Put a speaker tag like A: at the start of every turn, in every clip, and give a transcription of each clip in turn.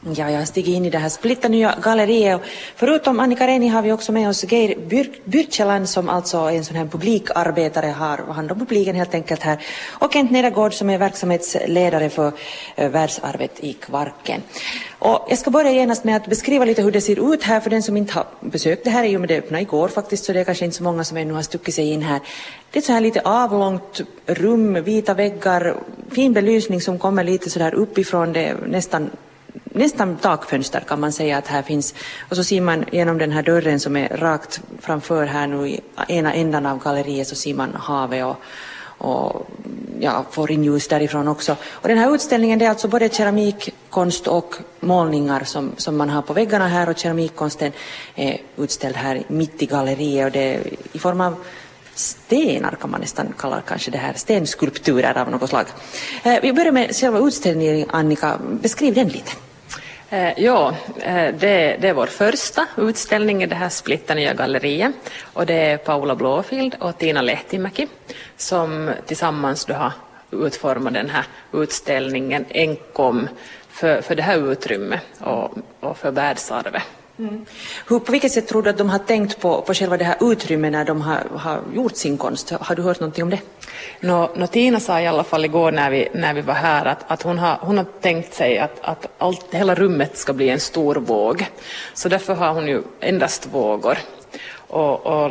A: Ja, jag stiger in i det här splitternya galleriet. Förutom Annika Reni har vi också med oss Geir Byrtjeland som alltså är en sån här publikarbetare, har hand om publiken helt enkelt här. Och Kent Nedergård som är verksamhetsledare för världsarvet i Kvarken. Och jag ska börja genast med att beskriva lite hur det ser ut här för den som inte har besökt det här i och med det öppna igår faktiskt, så det är kanske inte så många som ännu har stuckit sig in här. Det är så här lite avlångt rum, vita väggar, fin belysning som kommer lite så där uppifrån, det nästan takfönster kan man säga att här finns, och så ser man genom den här dörren som är rakt framför här nu i ena ändan av galleriet, så ser man havet och ja, får in ljus därifrån också. Och den här utställningen, det är alltså både keramik, konst och målningar som man har på väggarna här, och keramikkonsten är utställd här mitt i galleriet, och det är i form av stenar kan man nästan kalla kanske det här, stenskulpturer av något slag. Vi börjar med själva utställningen, Annika, beskriv den lite. Det är vår första utställning i det här splitternya galleriet, och det är Paula Blåfield och Tina Lehtimäki som tillsammans då har utformat den här utställningen enkom för det här utrymmet och för världsarvet. Mm. På vilket sätt tror du att de har tänkt på själva det här utrymmet när de har gjort sin konst? Har du hört någonting om det? Tina sa i alla fall igår när vi var här att hon har tänkt sig att hela rummet ska bli en stor våg. Så därför har hon ju endast vågor. Och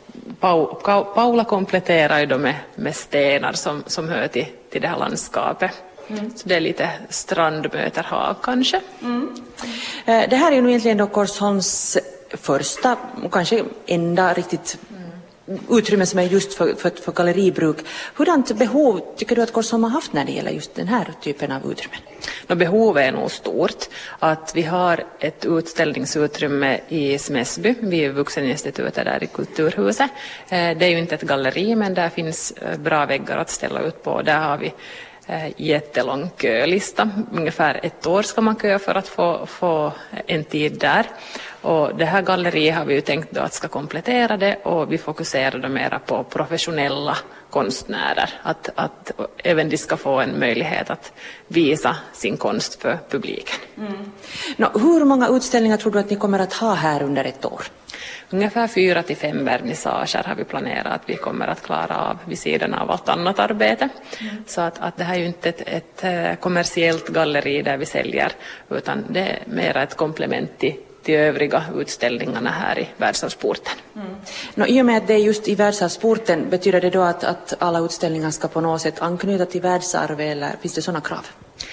A: Paula kompletterar ju då med stenar som hör till det här landskapet. Mm. Så det är lite strand möter hav kanske. Mm. Det här är ju nu egentligen då Korsholms första och kanske enda riktigt utrymme som är just för galleribruk. Hurdant behov tycker du att Korsholm har haft när det gäller just den här typen av utrymmen? Behovet är nog stort. Att vi har ett utställningsutrymme i Smäsby vid Vuxeninstitutet där i Kulturhuset. Det är ju inte ett galleri, men där finns bra väggar att ställa ut på. Där har vi jättelång kölista. Ungefär 1 år ska man köa för att få en tid där. Och det här galleriet har vi ju tänkt då att ska komplettera det, och vi fokuserar då mera på professionella konstnärer. Att även de ska få en möjlighet att visa sin konst för publiken. Mm. Hur många utställningar tror du att ni kommer att ha här under 1 år? Ungefär 4 till 5 vernissager har vi planerat att vi kommer att klara av vid sidan av allt annat arbete. Mm. Så att det här är ju inte ett kommersiellt galleri där vi säljer, utan det är mer ett komplement till övriga utställningarna här i Världsarvsporten. Mm. I och med att det är just i Världsarvsporten, betyder det då att alla utställningar ska på något sätt anknyta till världsarvet, eller finns det sådana krav?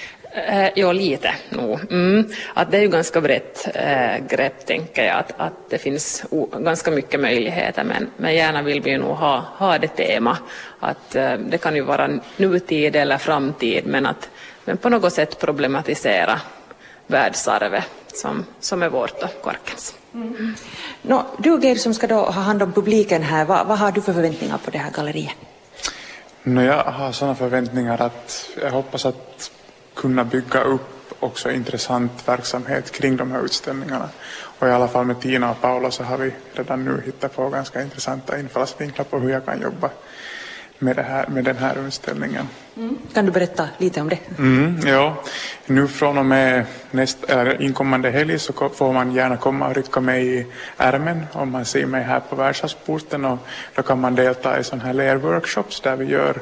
A: Ja, lite nog. Att det är ju ganska brett grepp, tänker jag, att det finns ganska mycket möjligheter, men gärna vill vi ju nog ha det tema att det kan ju vara nutid eller framtid, men på något sätt problematisera världsarvet som är vårt och Kvarkens. Mm. Du Geir som ska då ha hand om publiken här, vad har du för förväntningar på det här galleriet?
B: Jag har sådana förväntningar att jag hoppas att kunna bygga upp också intressant verksamhet kring de här utställningarna. Och i alla fall med Tina och Paula så har vi redan nu hittat på ganska intressanta infallsvinklar på hur jag kan jobba med den här utställningen. Mm. Kan du berätta lite om det? Ja, nu från och med inkommande helg så får man gärna komma och rycka mig i ärmen om man ser mig här på Världsarvsporten, och då kan man delta i sådana här lerworkshops där vi gör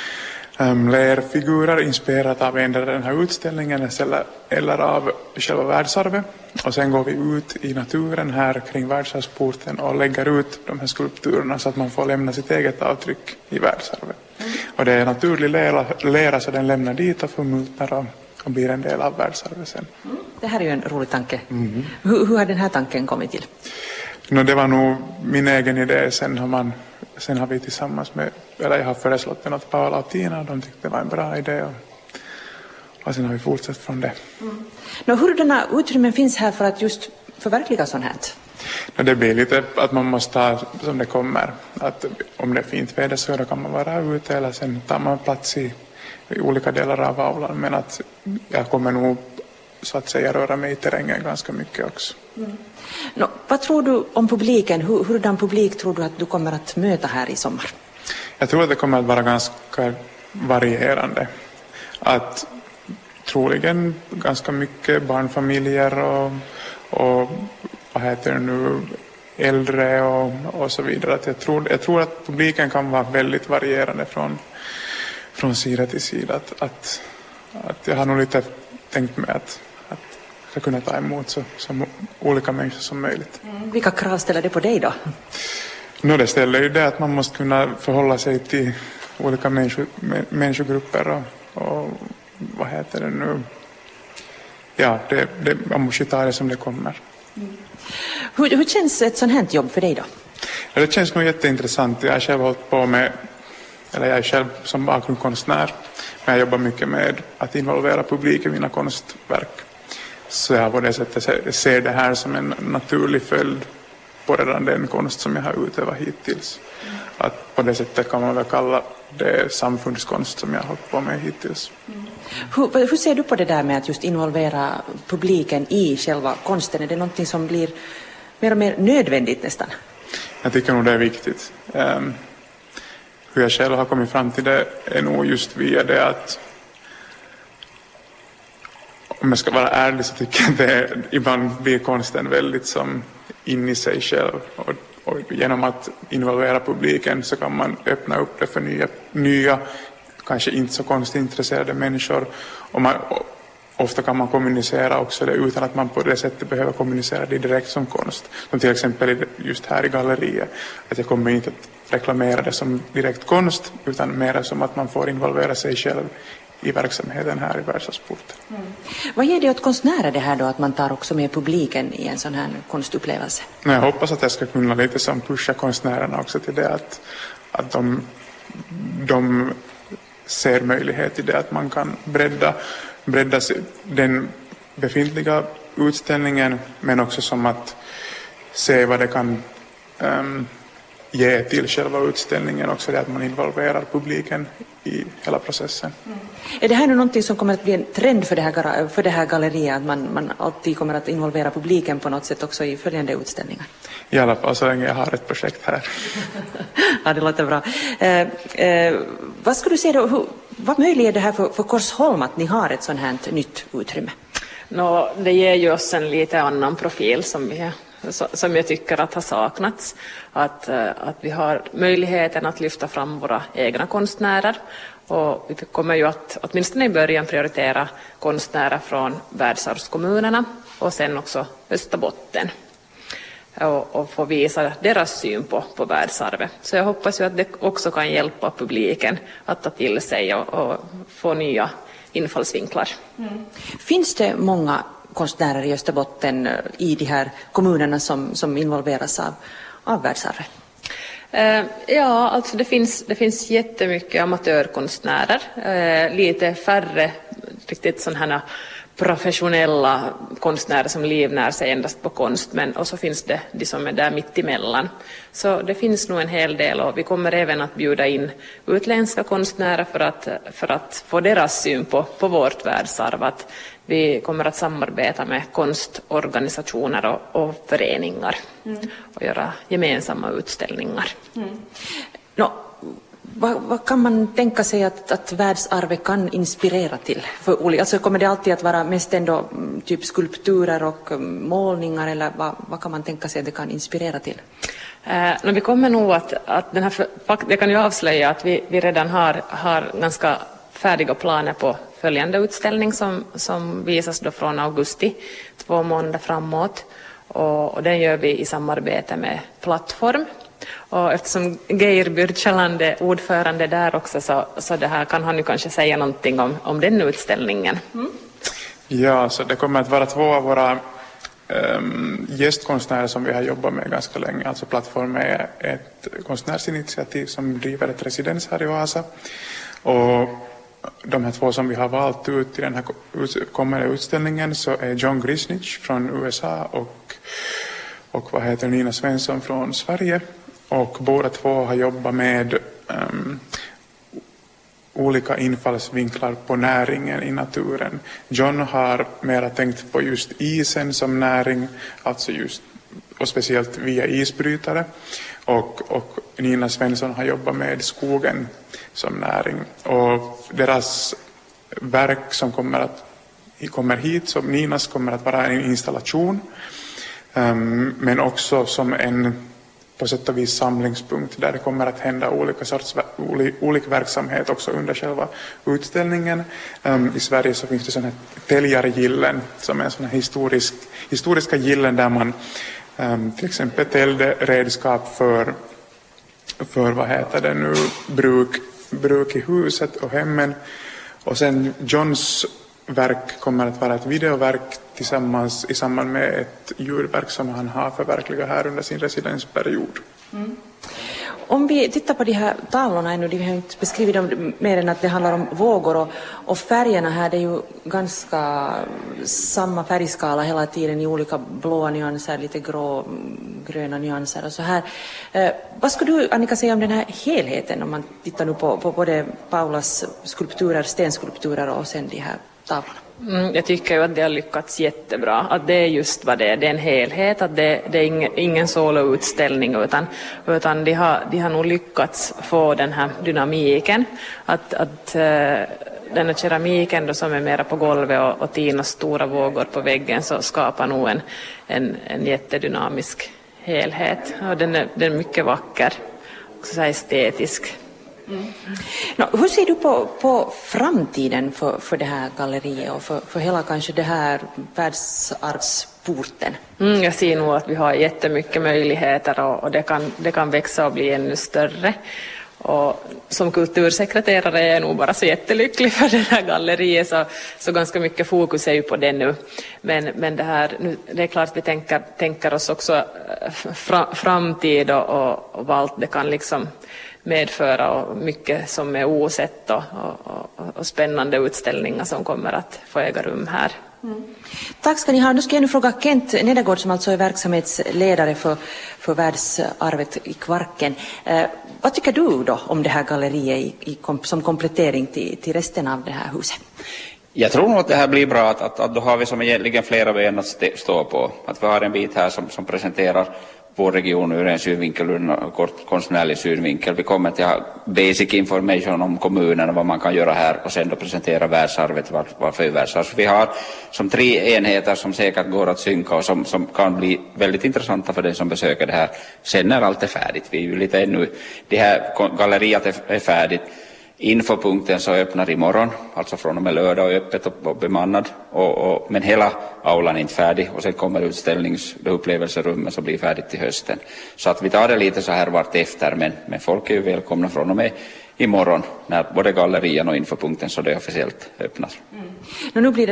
B: lerfigurer inspirerat av en av den här utställningen eller av själva världsarvet. Och sen går vi ut i naturen här kring Världsarvsporten och lägger ut de här skulpturerna så att man får lämna sitt eget avtryck i världsarvet. Mm. Och det är naturlig lera så den lämnar dit och förmultnar och blir en del av världsarvet sen. Mm. Det här är ju en rolig tanke. Mm. Hur har den här tanken kommit till? Det var nog min egen idé. Sen har vi tillsammans jag har föreslått den åt Paula och Tina, och de tyckte det var en bra idé, och sen har vi fortsatt från det. Mm. Hurdana utrymmen finns här för att just förverkliga sånt här? Det blir lite att man måste ta som det kommer. Att om det är fint väder så då kan man vara ute, eller sen tar man plats i olika delar av aulan. Men att jag kommer nog så att säga röra mig i terrängen ganska mycket också. Mm. Vad tror du om publiken? Hurdan publik tror du att du kommer att möta här i sommar? Jag tror att det kommer att vara ganska varierande. troligen ganska mycket barnfamiljer och vad heter det nu, äldre och så vidare. Att jag tror att publiken kan vara väldigt varierande från sida till sida. Att jag har nog lite tänkt mig att ska kunna ta emot så olika människor som möjligt.
C: Vilka krav ställer det på dig då?
B: Det ställer ju det att man måste kunna förhålla sig till olika människogrupper och vad heter det nu? Ja, man måste ta det som det kommer.
C: Hur känns ett sånt här jobb för dig då?
B: Ja, det känns nog jätteintressant. Jag har själv hållit på med, eller jag är själv som bakgrundskonstnär, men jag jobbar mycket med att involvera publik i mina konstverk. Så jag på det sättet ser det här som en naturlig följd på redan den konst som jag har utövat hittills. Att på det sättet kan man väl kalla det samfundskonst som jag har hållit på med hittills.
C: Hur ser du på det där med att just involvera publiken i själva konsten? Är det någonting som blir mer och mer nödvändigt nästan?
B: Jag tycker nog det är viktigt. Hur jag själv har kommit fram till det är nog just via det att, om jag ska vara ärlig, så tycker jag att det ibland blir konsten väldigt som in i sig själv. Och genom att involvera publiken så kan man öppna upp det för nya kanske inte så konstintresserade människor. Och ofta kan man kommunicera också det utan att man på det sättet behöver kommunicera det direkt som konst. Som till exempel just här i galleriet. Att jag kommer inte att reklamera det som direkt konst utan mer som att man får involvera sig själv i verksamheten här i Världshussporten.
C: Vad ger det åt konstnärer det här då, att man tar också med publiken i en sån här konstupplevelse?
B: Jag hoppas att jag ska kunna lite som pusha konstnärerna också till det att de ser möjlighet i det, att man kan bredda den befintliga utställningen, men också som att se vad det kan ge till själva utställningen, också det att man involverar publiken i hela processen.
C: Är det här nu någonting som kommer att bli en trend för det här galleriet, att man alltid kommer att involvera publiken på något sätt också i följande utställningar?
B: I alla fall så länge jag har ett projekt här.
C: Ja, det låter bra. Vad skulle du säga då, vad möjliggör det här för Korsholm att ni har ett sånt här nytt utrymme?
A: Det ger ju oss en lite annan profil som jag tycker att har saknats. Att vi har möjligheten att lyfta fram våra egna konstnärer. Och vi kommer ju att åtminstone i början prioritera konstnärer från världsarvskommunerna och sen också Österbotten. Och få visa deras syn på världsarvet. Så jag hoppas ju att det också kan hjälpa publiken att ta till sig och få nya infallsvinklar.
C: Finns det många konstnärer i Österbotten i de här kommunerna som involveras av världsarvet?
A: Ja, alltså det finns jättemycket amatörkonstnärer, lite färre riktigt sådana här professionella konstnärer som livnär sig endast på konst, men och så finns det de som är där mitt emellan. Så det finns nog en hel del, och vi kommer även att bjuda in utländska konstnärer för att få deras syn på vårt världsarv. Att vi kommer att samarbeta med konstorganisationer och föreningar och göra gemensamma utställningar.
C: Vad kan man tänka sig att världsarvet kan inspirera till? Alltså kommer det alltid att vara mest ändå typ skulpturer och målningar, eller vad kan man tänka sig att det kan inspirera till?
A: Vi kommer nog att jag kan ju avslöja att vi redan har ganska färdiga planer på följande utställning som visas då från augusti 2 månader framåt, och den gör vi i samarbete med Plattform. Och eftersom Geir Byrchaland är ordförande där också, så det här kan han ju kanske säga någonting om den utställningen.
B: Ja, så det kommer att vara 2 av våra gästkonstnärer som vi har jobbat med ganska länge. Alltså Plattform är ett konstnärsinitiativ som driver ett residens här i Vasa. Och de här 2 som vi har valt ut i den här kommande utställningen så är John Grisnich från USA och Nina Svensson från Sverige. Och båda 2 har jobbat med olika infallsvinklar på näringen i naturen. John har mera tänkt på just isen som näring, alltså just, och speciellt via isbrytare. Och Nina Svensson har jobbat med skogen som näring. Och deras verk som kommer att kommer hit, så Ninas kommer att vara en installation, men också som en på sätt och vis samlingspunkt där det kommer att hända olika verksamhet också under själva utställningen. I Sverige så finns det sådana här täljargillen som är sådana historiska gillen där man till exempel täljde redskap för bruk i huset och hemmen. Och sen Johns verk kommer att vara ett videoverk i samband med ett ljudverk som han har förverkligat här under sin residensperiod.
C: Mm. Om vi tittar på de här tavlorna ännu, vi har inte beskrivit dem mer än att det handlar om vågor och färgerna här, det är ju ganska samma färgskala hela tiden i olika blåa nyanser, lite gröna nyanser och så här. Vad skulle du, Annika, säga om den här helheten om man tittar nu på både Paulas skulpturer, stenskulpturer och sen de här tavlorna?
A: Jag tycker ju att det har lyckats jättebra, att det är just vad det är en helhet, att det är ingen soloutställning utan de har nog lyckats få den här dynamiken, att den här keramiken då som är mera på golvet och Tinas stora vågor på väggen så skapar nog en jättedynamisk helhet, och den är mycket vacker, också så estetisk.
C: Hur ser du på framtiden för det här galleriet och för hela kanske det här världsarvsporten?
A: Jag ser nog att vi har jättemycket möjligheter och det kan växa och bli ännu större. Och som kultursekreterare är jag nog bara så jättelycklig för det här galleriet, så ganska mycket fokus är ju på det nu. Men det här, det är klart att vi tänker oss också framtid och vad allt det kan liksom medföra, och mycket som är osett och spännande utställningar som kommer att få äga rum här.
C: Tack ska ni ha. Nu ska jag nu fråga Kent Nedergård som alltså är verksamhetsledare för världsarvet i Kvarken. Vad tycker du då om det här galleriet som komplettering till resten av det här huset?
D: Jag tror nog att det här blir bra, att då har vi som egentligen flera ben att stå på. Att vi har en bit här som presenterar vår region ur en synvinkel, ur en konstnärlig synvinkel. Vi kommer till ha basic information om kommunen och vad man kan göra här, och sen då presentera världsarvet, varför världsarv. Så vi har som 3 enheter som säkert går att synka och som kan bli väldigt intressanta för den som besöker det här. Sen när allt är färdigt, vi är ju lite ännu, det här galleriet är färdigt. Infopunkten så öppnar imorgon, alltså från och med lördag, och öppet och bemannad, men hela aulan är inte färdig, och sen kommer upplevelserummet som blir färdigt till hösten. Så att vi tar det lite så här vart efter, men folk är ju välkomna från och med imorgon när både gallerien och infopunkten så det officiellt öppnas.
C: Nu blir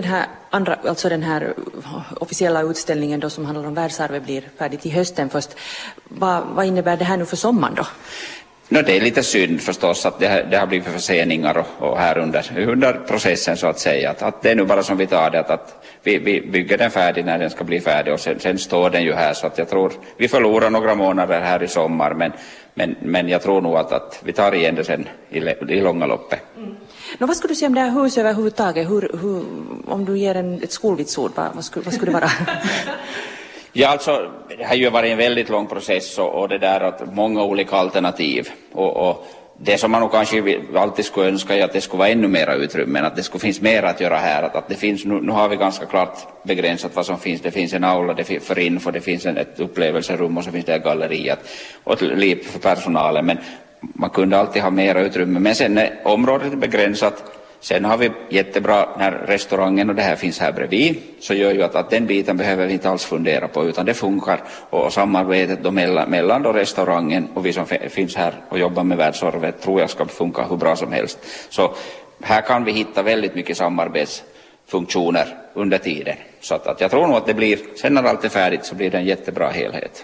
C: den här officiella utställningen då som handlar om världsarvet blir färdig till hösten först. Vad innebär det här nu för sommaren då?
D: Det är lite synd förstås att det har blivit förseningar och här under processen så att säga. Att det är nu bara som vi tar det, att vi bygger den färdig när den ska bli färdig, och sen står den ju här, så att jag tror vi förlorar några månader här i sommar, men jag tror nog att vi tar igen det sen i långa loppet.
C: Vad skulle du säga om det här huset överhuvudtaget? Om du ger ett skolvitsord, vad skulle det vara?
D: Ja, alltså, det har ju varit en väldigt lång process och det där att många olika alternativ och det som man nog kanske alltid skulle önska är att det skulle vara ännu mera utrymme, att det skulle finnas mer att göra här, att det finns, nu har vi ganska klart begränsat vad som finns, det finns en aula för info, det finns ett upplevelserum och så finns det ett galleriet och ett liv för personalen, men man kunde alltid ha mera utrymme, men sen är området begränsat. Sen har vi jättebra när restaurangen och det här finns här bredvid, så gör ju att den biten behöver vi inte alls fundera på, utan det funkar, och samarbetet då mellan då restaurangen och vi som finns här och jobbar med världsarvet tror jag ska funka hur bra som helst. Så här kan vi hitta väldigt mycket samarbetsfunktioner under tiden, så att jag tror nog att det blir, sen när allt är färdigt så blir det en jättebra helhet.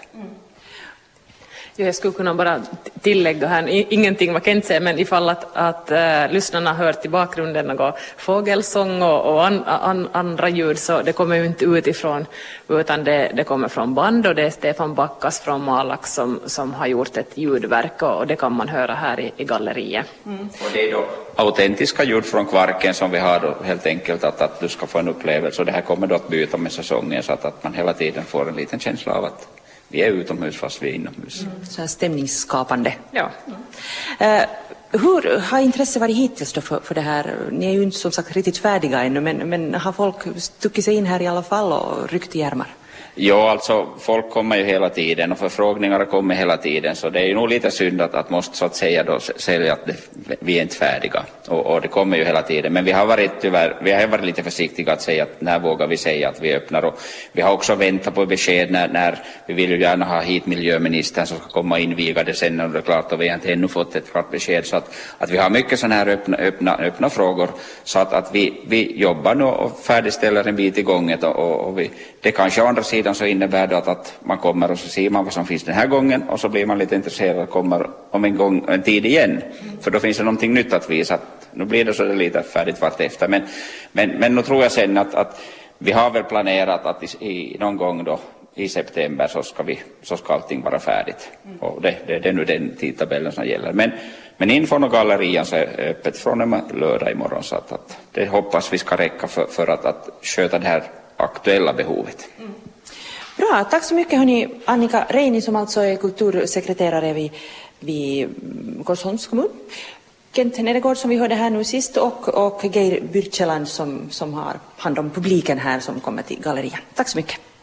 A: Jag skulle kunna bara tillägga här, ingenting vad Kent säger, men ifall att lyssnarna hör till bakgrunden någon fågelsång och andra ljud, så det kommer ju inte utifrån, utan det kommer från band, och det är Stefan Backas från Malax som har gjort ett ljudverk, och det kan man höra här i galleriet.
D: Och det är då autentiska ljud från Kvarken som vi har då, helt enkelt att du ska få en upplevelse, och det här kommer då att byta med säsongen, så att man hela tiden får en liten känsla av att vi är utomhus fast vi är inomhus.
C: Så här stämningsskapande.
A: Ja.
C: Hur har intresset varit hittills då för det här? Ni är ju inte som sagt riktigt färdiga ännu, men har folk stuckit sig in här i alla fall och ryckt i ärmar?
D: Ja, alltså folk kommer ju hela tiden och förfrågningar kommer hela tiden, så det är ju nog lite synd att måste så att säga då säga att vi är inte färdiga, och det kommer ju hela tiden, men vi har varit lite försiktiga att säga att när vågar vi säga att vi öppnar, och vi har också väntat på besked när vi vill ju gärna ha hit miljöministern som ska komma inviga det sen, och det är klart, och vi har inte ännu fått ett klart besked, så att vi har mycket sådana här öppna frågor, så att vi jobbar nu och färdigställer en bit i gången, och det kanske å andra sidan så innebär det att man kommer och så ser man vad som finns den här gången, och så blir man lite intresserad och kommer om en tid igen, för då finns det någonting nytt att visa, att nu blir det så lite färdigt vart efter, men nu tror jag sen att vi har väl planerat att någon gång då i september så ska allting vara färdigt, och det är nu den tidtabellen som gäller, men inför och gallerian så är öppet från en lördag imorgon, så att det hoppas vi ska räcka för att sköta det här aktuella behovet.
C: Bra, tack så mycket hörni. Annika Reini som alltså är kultursekreterare vid Korsholms kommun. Kent Nedergård som vi hörde här nu sist, och Geir Byrtjeland som har hand om publiken här som kommer till galleriet. Tack så mycket.